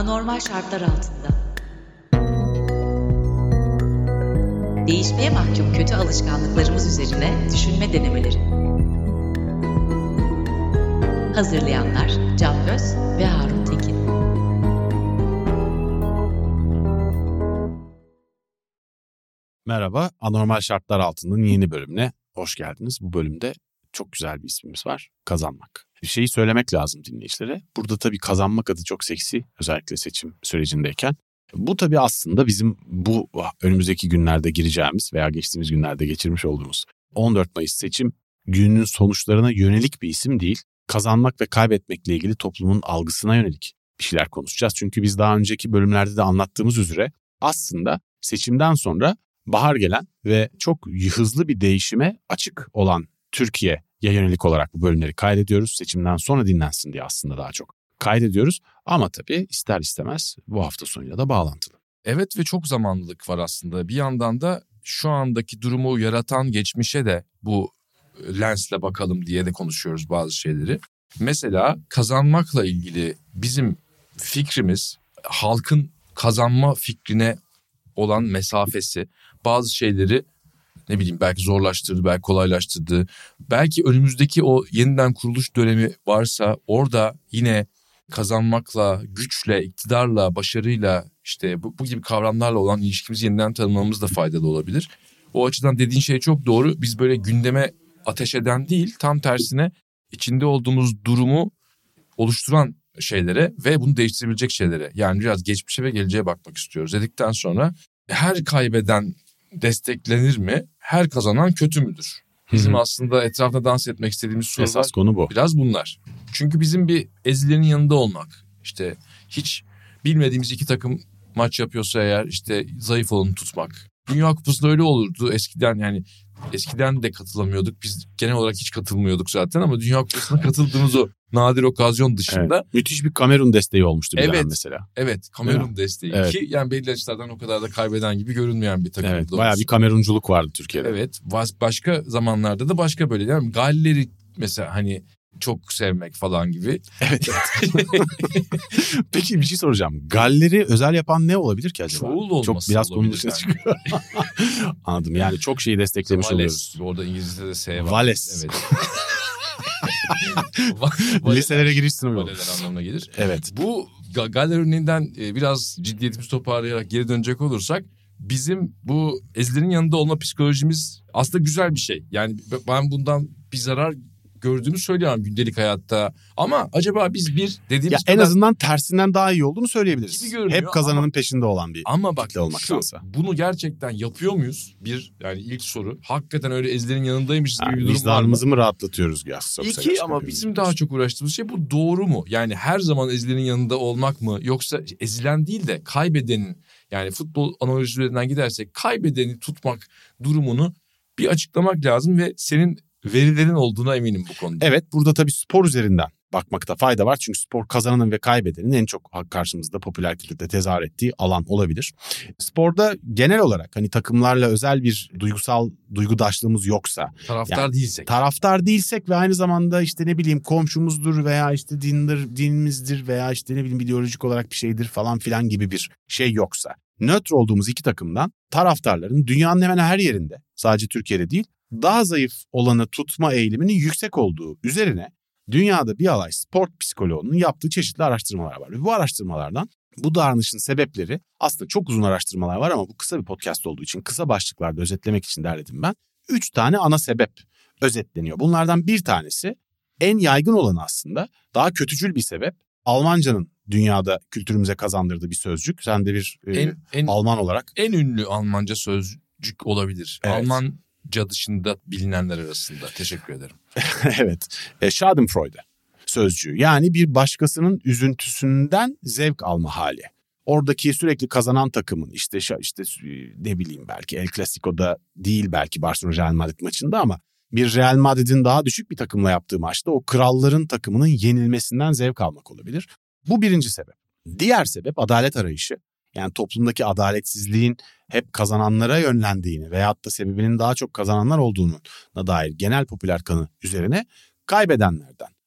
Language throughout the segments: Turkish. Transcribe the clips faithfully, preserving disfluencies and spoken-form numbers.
Anormal şartlar altında. Değişmeye mahkum kötü alışkanlıklarımız üzerine düşünme denemeleri. Hazırlayanlar Can Öz ve Harun Tekin. Merhaba, Anormal Şartlar Altında'nın yeni bölümüne hoş geldiniz. Bu bölümde çok güzel bir ismimiz var, kazanmak. Bir şeyi söylemek lazım dinleyicilere. Burada tabii kazanmak adı çok seksi, özellikle seçim sürecindeyken. Bu tabii aslında bizim bu önümüzdeki günlerde gireceğimiz veya geçtiğimiz günlerde geçirmiş olduğumuz on dört Mayıs seçim gününün sonuçlarına yönelik bir isim değil. Kazanmak ve kaybetmekle ilgili toplumun algısına yönelik bir şeyler konuşacağız. Çünkü biz daha önceki bölümlerde de anlattığımız üzere aslında seçimden sonra bahar gelen ve çok hızlı bir değişime açık olan Türkiye'ye yönelik olarak bu bölümleri kaydediyoruz. Seçimden sonra dinlensin diye aslında daha çok kaydediyoruz. Ama tabii ister istemez bu hafta sonuyla da bağlantılı. Evet ve çok zamanlılık var aslında. Bir yandan da şu andaki durumu yaratan geçmişe de bu lensle bakalım diye de konuşuyoruz bazı şeyleri. Mesela kazanmakla ilgili bizim fikrimiz halkın kazanma fikrine olan mesafesi bazı şeyleri ne bileyim belki zorlaştırdı, belki kolaylaştırdı. Belki önümüzdeki o yeniden kuruluş dönemi varsa orada yine kazanmakla, güçle, iktidarla, başarıyla işte bu, bu gibi kavramlarla olan ilişkimizi yeniden tanımlamamız da faydalı olabilir. O açıdan dediğin şey çok doğru. Biz böyle gündeme ateş eden değil, tam tersine içinde olduğumuz durumu oluşturan şeylere ve bunu değiştirebilecek şeylere, yani biraz geçmişe ve geleceğe bakmak istiyoruz dedikten sonra her kaybeden desteklenir mi? Her kazanan kötü müdür? Bizim Hı-hı. aslında etrafta dans etmek istediğimiz sorular esas konu bu. Biraz bunlar. Çünkü bizim bir ezilerin yanında olmak, işte hiç bilmediğimiz iki takım maç yapıyorsa eğer işte zayıf olanı tutmak. Dünya Kupası'nda öyle olurdu eskiden, yani eskiden de katılamıyorduk. Biz genel olarak hiç katılmıyorduk zaten ama Dünya Kupası'na katıldığımız o nadir okazyon dışında. Evet, müthiş bir Kamerun desteği olmuştu bir evet, dönem mesela. Evet, Kamerun desteği evet. Ki yani belli açılardan o kadar da kaybeden gibi görünmeyen bir takım. Evet, bayağı bir Kamerunculuk vardı Türkiye'de. Evet, başka zamanlarda da başka böyle, yani Galler'i mesela hani çok sevmek falan gibi. Evet. Peki bir şey soracağım. Galler'i özel yapan ne olabilir ki acaba? Çoğul olması çok biraz olabilir. Konu dışına çıkıyor. Anladım. Yani çok şeyi desteklemiş Vales, oluyoruz. Orada İngilizce'de S var. Vales. Evet. Liselere giriş sınavı. Valeler anlamına gelir. Evet. Bu Galler örneğinden biraz ciddiyetimizi toparlayarak geri dönecek olursak, bizim bu ezilerin yanında olma psikolojimiz aslında güzel bir şey. Yani ben bundan bir zarar gördüğümü söyleyemem gündelik hayatta. Ama acaba biz bir dediğimiz ya kadar... En azından tersinden daha iyi olduğunu söyleyebiliriz. Hep kazananın ama, peşinde olan bir ama bak, kitle olmaktansa. Şu, bunu gerçekten yapıyor muyuz? Bir, yani ilk soru. Hakikaten öyle ezilerin yanındaymışız yani gibi bir durum var mı? Vicdanımızı mı rahatlatıyoruz? İki, ama bizim daha çok uğraştığımız şey bu, doğru mu? Yani her zaman ezilerin yanında olmak mı? Yoksa ezilen değil de kaybedenin, yani futbol analojilerinden gidersek kaybedeni tutmak durumunu bir açıklamak lazım ve senin verilerin olduğuna eminim bu konuda. Evet, burada tabii spor üzerinden bakmakta fayda var. Çünkü spor kazananın ve kaybedenin en çok karşımızda popüler kültürde tezahür ettiği alan olabilir. Sporda genel olarak hani takımlarla özel bir duygusal duygudaşlığımız yoksa. Taraftar yani, değilsek. Taraftar değilsek ve aynı zamanda işte ne bileyim komşumuzdur veya işte dindir, dinimizdir veya işte ne bileyim ideolojik olarak bir şeydir falan filan gibi bir şey yoksa. Nötr olduğumuz iki takımdan taraftarların dünyanın hemen her yerinde, sadece Türkiye'de değil, daha zayıf olanı tutma eğiliminin yüksek olduğu üzerine dünyada bir alay spor psikoloğunun yaptığı çeşitli araştırmalar var. Ve bu araştırmalardan bu davranışın sebepleri, aslında çok uzun araştırmalar var ama bu kısa bir podcast olduğu için kısa başlıklarda özetlemek için derledim ben. Üç tane ana sebep özetleniyor. Bunlardan bir tanesi, en yaygın olanı aslında daha kötücül bir sebep. Almancanın dünyada kültürümüze kazandırdığı bir sözcük. Sen de bir en, e, en, Alman olarak. En ünlü Almanca sözcük olabilir. Evet. Alman dışında bilinenler arasında. Teşekkür ederim. Evet. E, Schadenfreude sözcüğü. Yani bir başkasının üzüntüsünden zevk alma hali. Oradaki sürekli kazanan takımın işte işte ne bileyim belki El Clasico'da değil, belki Barcelona Real Madrid maçında, ama bir Real Madrid'in daha düşük bir takımla yaptığı maçta o kralların takımının yenilmesinden zevk almak olabilir. Bu birinci sebep. Diğer sebep adalet arayışı. Yani toplumdaki adaletsizliğin hep kazananlara yönlendiğini veyahut da sebebinin daha çok kazananlar olduğuna dair genel popüler kanı üzerine kaybedenlerden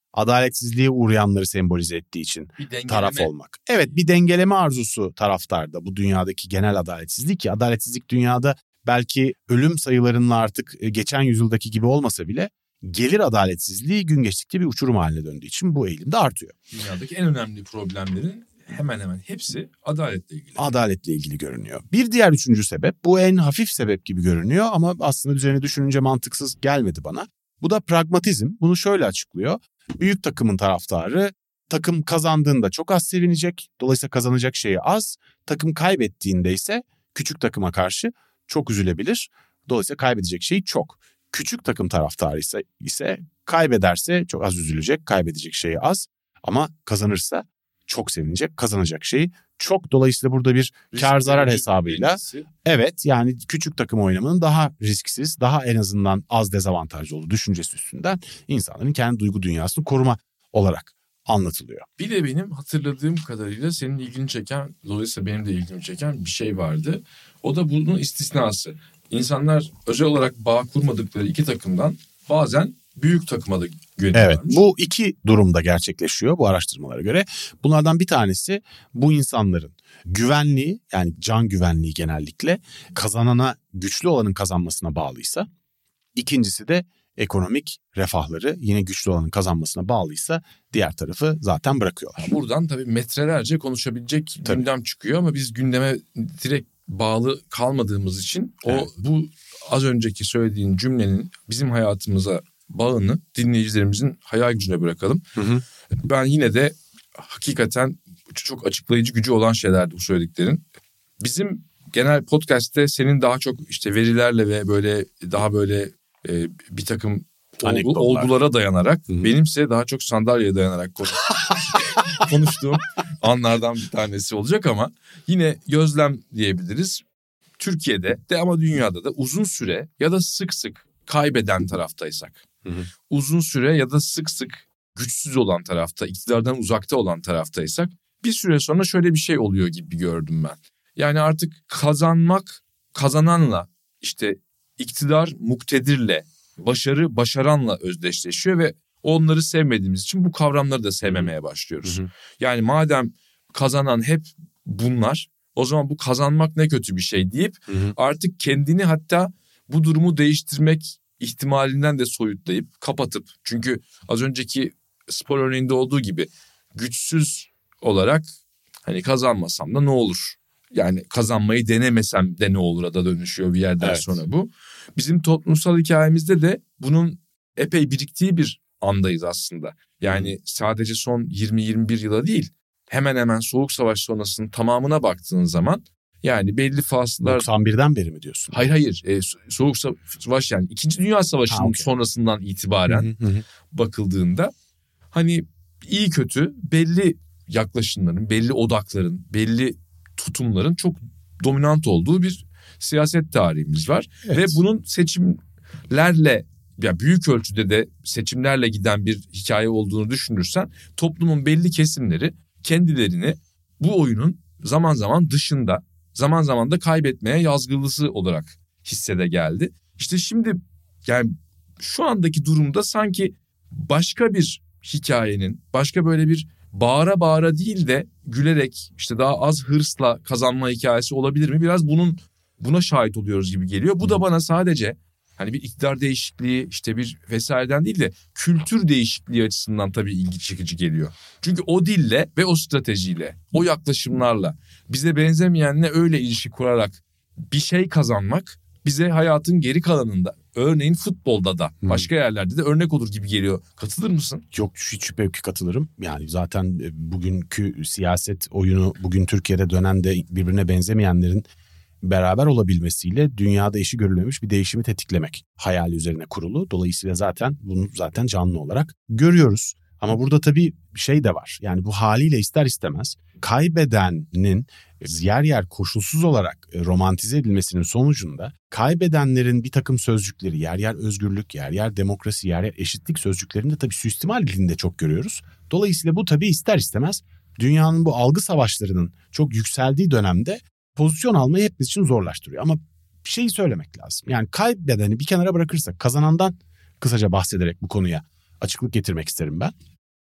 adaletsizliğe uğrayanları sembolize ettiği için taraf olmak. Evet, bir dengeleme arzusu taraftarda bu dünyadaki genel adaletsizlik, ki adaletsizlik dünyada belki ölüm sayılarının artık geçen yüzyıldaki gibi olmasa bile gelir adaletsizliği gün geçtikçe bir uçurum haline döndüğü için bu eğilim de artıyor. Dünyadaki en önemli problemlerin hemen hemen hepsi adaletle ilgili. Adaletle ilgili görünüyor. Bir diğer üçüncü sebep, bu en hafif sebep gibi görünüyor ama aslında üzerine düşününce mantıksız gelmedi bana. Bu da pragmatizm. Bunu şöyle açıklıyor. Büyük takımın taraftarı takım kazandığında çok az sevinecek. Dolayısıyla kazanacak şeyi az. Takım kaybettiğinde ise küçük takıma karşı çok üzülebilir. Dolayısıyla kaybedecek şeyi çok. Küçük takım taraftarı ise, ise kaybederse çok az üzülecek. Kaybedecek şeyi az ama kazanırsa çok sevinecek. Kazanacak şeyi çok. Dolayısıyla burada bir kar zarar hesabıyla Birincisi. evet, yani küçük takım oynamanın daha risksiz, daha en azından az dezavantajlı olduğu düşüncesi üstünden insanların kendi duygu dünyasını koruma olarak anlatılıyor. Bir de benim hatırladığım kadarıyla senin ilgini çeken, dolayısıyla benim de ilgimi çeken bir şey vardı. O da bunun istisnası. İnsanlar özel olarak bağ kurmadıkları iki takımdan bazen büyük takıma da güveniyorlarmış. Evet, bu iki durumda gerçekleşiyor bu araştırmalara göre. Bunlardan bir tanesi bu insanların güvenliği, yani can güvenliği genellikle kazanana, güçlü olanın kazanmasına bağlıysa. İkincisi de ekonomik refahları yine güçlü olanın kazanmasına bağlıysa diğer tarafı zaten bırakıyorlar. Buradan tabii metrelerce konuşabilecek Tabii. gündem çıkıyor ama biz gündeme direkt bağlı kalmadığımız için o Evet. bu az önceki söylediğin cümlenin bizim hayatımıza bağını dinleyicilerimizin hayal gücüne bırakalım. Hı hı. Ben yine de hakikaten çok açıklayıcı gücü olan şeylerdi bu söylediklerin. Bizim genel podcast'te senin daha çok işte verilerle ve böyle daha böyle e, bir takım olgu, olgulara dayanarak, hı hı, benimse daha çok sandalyeye dayanarak konuş, konuştuğum anlardan bir tanesi olacak ama yine gözlem diyebiliriz. Türkiye'de de ama dünyada da uzun süre ya da sık sık kaybeden taraftaysak, hı hı, uzun süre ya da sık sık güçsüz olan tarafta, iktidardan uzakta olan taraftaysak bir süre sonra şöyle bir şey oluyor gibi gördüm ben. Yani artık kazanmak kazananla, işte iktidar muktedirle, başarı başaranla özdeşleşiyor ve onları sevmediğimiz için bu kavramları da sevmemeye başlıyoruz. Hı hı. Yani madem kazanan hep bunlar, o zaman bu kazanmak ne kötü bir şey deyip, hı hı, artık kendini hatta bu durumu değiştirmek ihtimalinden de soyutlayıp kapatıp, çünkü az önceki spor örneğinde olduğu gibi güçsüz olarak hani kazanmasam da ne olur? Yani kazanmayı denemesem de ne olur'a da dönüşüyor bir yerden, evet, sonra bu. Bizim toplumsal hikayemizde de bunun epey biriktiği bir andayız aslında. Yani hmm. sadece son yirmi yirmi bir yıla değil, hemen hemen Soğuk Savaş sonrasının tamamına baktığın zaman yani belli fasıllar... doksan birden beri mi diyorsun? Hayır hayır, e, Soğuk Savaş yani İkinci Dünya Savaşı'nın ha, okay. sonrasından itibaren hı hı. bakıldığında hani iyi kötü belli yaklaşımların, belli odakların, belli tutumların çok dominant olduğu bir siyaset tarihimiz var. Evet. Ve bunun seçimlerle, ya büyük ölçüde de seçimlerle giden bir hikaye olduğunu düşünürsen, toplumun belli kesimleri kendilerini bu oyunun zaman zaman dışında, zaman zaman da kaybetmeye yazgılısı olarak hissede geldi. İşte şimdi yani şu andaki durumda sanki başka bir hikayenin, başka böyle bir bağıra bağıra değil de gülerek, işte daha az hırsla kazanma hikayesi olabilir mi? Biraz bunun buna şahit oluyoruz gibi geliyor. Bu da bana sadece hani bir iktidar değişikliği, işte bir vesaireden değil de kültür değişikliği açısından tabii ilgi çekici geliyor. Çünkü o dille ve o stratejiyle, o yaklaşımlarla bize benzemeyenle öyle ilişki kurarak bir şey kazanmak bize hayatın geri kalanında, örneğin futbolda da, başka yerlerde de örnek olur gibi geliyor. Katılır mısın? Yok, hiç şüphe yok ki katılırım. Yani zaten bugünkü siyaset oyunu, bugün Türkiye'de dönen de birbirine benzemeyenlerin beraber olabilmesiyle dünyada eşi görülmemiş bir değişimi tetiklemek hayali üzerine kurulu. Dolayısıyla zaten bunu zaten canlı olarak görüyoruz. Ama burada tabii şey de var. Yani bu haliyle ister istemez kaybedenin yer yer koşulsuz olarak romantize edilmesinin sonucunda kaybedenlerin bir takım sözcükleri, yer yer özgürlük, yer yer demokrasi, yer yer eşitlik sözcüklerinde tabii suistimal edildiğini de çok görüyoruz. Dolayısıyla bu tabii ister istemez dünyanın bu algı savaşlarının çok yükseldiği dönemde pozisyon almayı hepimiz için zorlaştırıyor. Ama bir şeyi söylemek lazım. Yani kaybedeni bir kenara bırakırsak kazanandan kısaca bahsederek bu konuya açıklık getirmek isterim ben.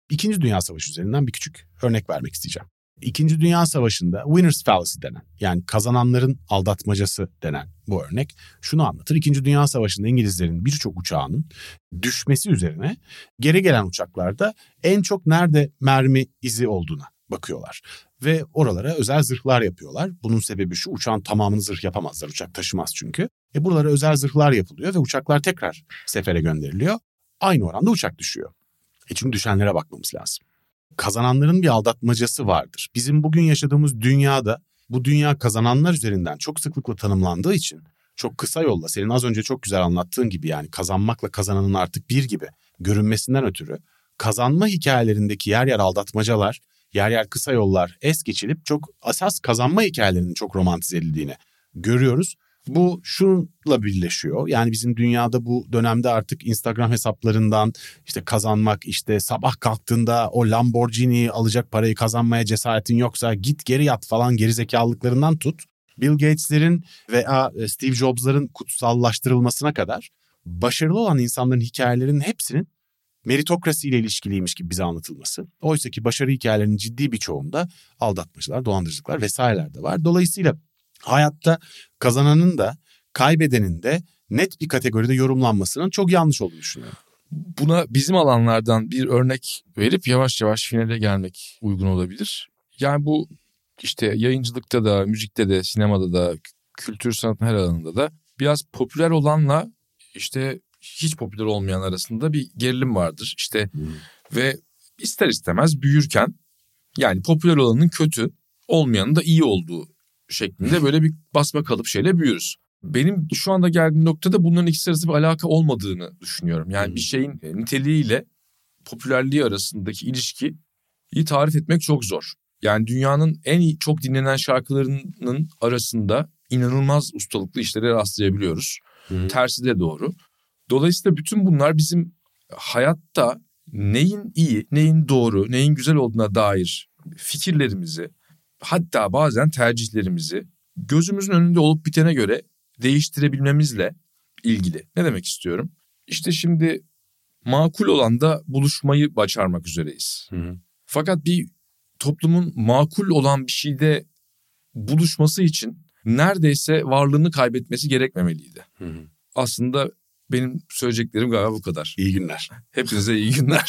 İkinci Dünya Savaşı üzerinden bir küçük örnek vermek isteyeceğim. İkinci Dünya Savaşı'nda Winner's Fallacy denen, yani kazananların aldatmacası denen bu örnek şunu anlatır. İkinci Dünya Savaşı'nda İngilizlerin birçok uçağının düşmesi üzerine geri gelen uçaklarda en çok nerede mermi izi olduğuna bakıyorlar. Ve oralara özel zırhlar yapıyorlar. Bunun sebebi şu: uçağın tamamını zırh yapamazlar. Uçak taşımaz çünkü. E buralara özel zırhlar yapılıyor ve uçaklar tekrar sefere gönderiliyor. Aynı oranda uçak düşüyor. E çünkü düşenlere bakmamız lazım. Kazananların bir aldatmacası vardır. Bizim bugün yaşadığımız dünyada bu dünya kazananlar üzerinden çok sıklıkla tanımlandığı için çok kısa yolla, senin az önce çok güzel anlattığın gibi, yani kazanmakla kazananın artık bir gibi görünmesinden ötürü kazanma hikayelerindeki yer yer aldatmacalar, yer yer kısa yollar es geçilip çok asas kazanma hikayelerinin çok romantize edildiğini görüyoruz. Bu şunla birleşiyor. Yani bizim dünyada bu dönemde artık Instagram hesaplarından işte kazanmak, işte sabah kalktığında o Lamborghini'yi alacak parayı kazanmaya cesaretin yoksa git geri yat falan gerizekalılıklarından tut, Bill Gates'lerin veya Steve Jobs'ların kutsallaştırılmasına kadar başarılı olan insanların hikayelerinin hepsinin meritokrasiyle ilişkiliymiş gibi bize anlatılması. Oysa ki başarı hikayelerinin ciddi bir çoğunda aldatmacalar, dolandırıcılıklar vesaireler de var. Dolayısıyla hayatta kazananın da kaybedenin de net bir kategoride yorumlanmasının çok yanlış olduğunu düşünüyorum. Buna bizim alanlardan bir örnek verip yavaş yavaş finale gelmek uygun olabilir. Yani bu işte yayıncılıkta da, müzikte de, sinemada da, kültür sanatın her alanında da biraz popüler olanla işte hiç popüler olmayan arasında bir gerilim vardır. İşte hmm. ve ister istemez büyürken yani popüler olanın kötü, olmayanın da iyi olduğu şeklinde böyle bir basma kalıp şeyle büyürüz. Benim şu anda geldiğim noktada bunların ikisi arasında bir alaka olmadığını düşünüyorum. Yani hmm. bir şeyin niteliğiyle popülerliği arasındaki ilişkiyi tarif etmek çok zor. Yani dünyanın en iyi, çok dinlenen şarkılarının arasında inanılmaz ustalıklı işlere rastlayabiliyoruz. Hmm. Tersi de doğru. Dolayısıyla bütün bunlar bizim hayatta neyin iyi, neyin doğru, neyin güzel olduğuna dair fikirlerimizi, hatta bazen tercihlerimizi gözümüzün önünde olup bitene göre değiştirebilmemizle ilgili. Ne demek istiyorum? İşte şimdi makul olan da buluşmayı başarmak üzereyiz. Hı hı. Fakat bir toplumun makul olan bir şeyde buluşması için neredeyse varlığını kaybetmesi gerekmemeliydi. Hı hı. Aslında benim söyleyeceklerim galiba bu kadar. İyi günler. Hepinize iyi günler.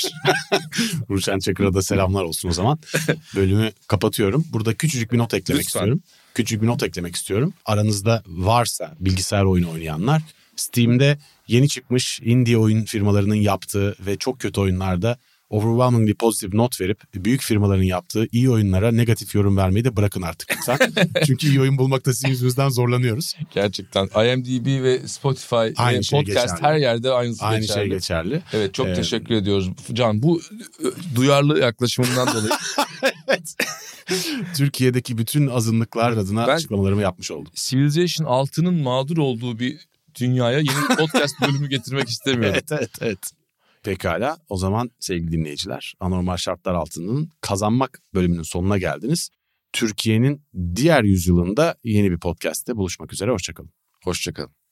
Ruşen Çakır'a da selamlar olsun o zaman. Bölümü kapatıyorum. Burada küçücük bir not eklemek Lütfen. istiyorum. Küçük bir not eklemek istiyorum. Aranızda varsa bilgisayar oyunu oynayanlar, Steam'de yeni çıkmış indie oyun firmalarının yaptığı ve çok kötü oyunlarda overwhelmingly pozitif not verip büyük firmaların yaptığı iyi oyunlara negatif yorum vermeyi de bırakın artık lütfen. Çünkü iyi oyun bulmakta sizin yüzünüzden zorlanıyoruz. Gerçekten I M D B ve Spotify aynı ve şey podcast geçerli. Her yerde aynısı aynı geçerli. Aynı şey geçerli. Evet, çok ee... teşekkür ediyoruz Can. Bu duyarlı yaklaşımından dolayı. Evet. Türkiye'deki bütün azınlıklar adına ben açıklamalarımı yapmış oldum. Civilization altının mağdur olduğu bir dünyaya yeni bir podcast bölümü getirmek istemiyorum. Evet, evet, evet. Pekala, o zaman sevgili dinleyiciler, Anormal Şartlar Altında'nın Kazanmak bölümünün sonuna geldiniz. Türkiye'nin diğer yüzyılında yeni bir podcast'te buluşmak üzere, hoşçakalın. Hoşçakalın.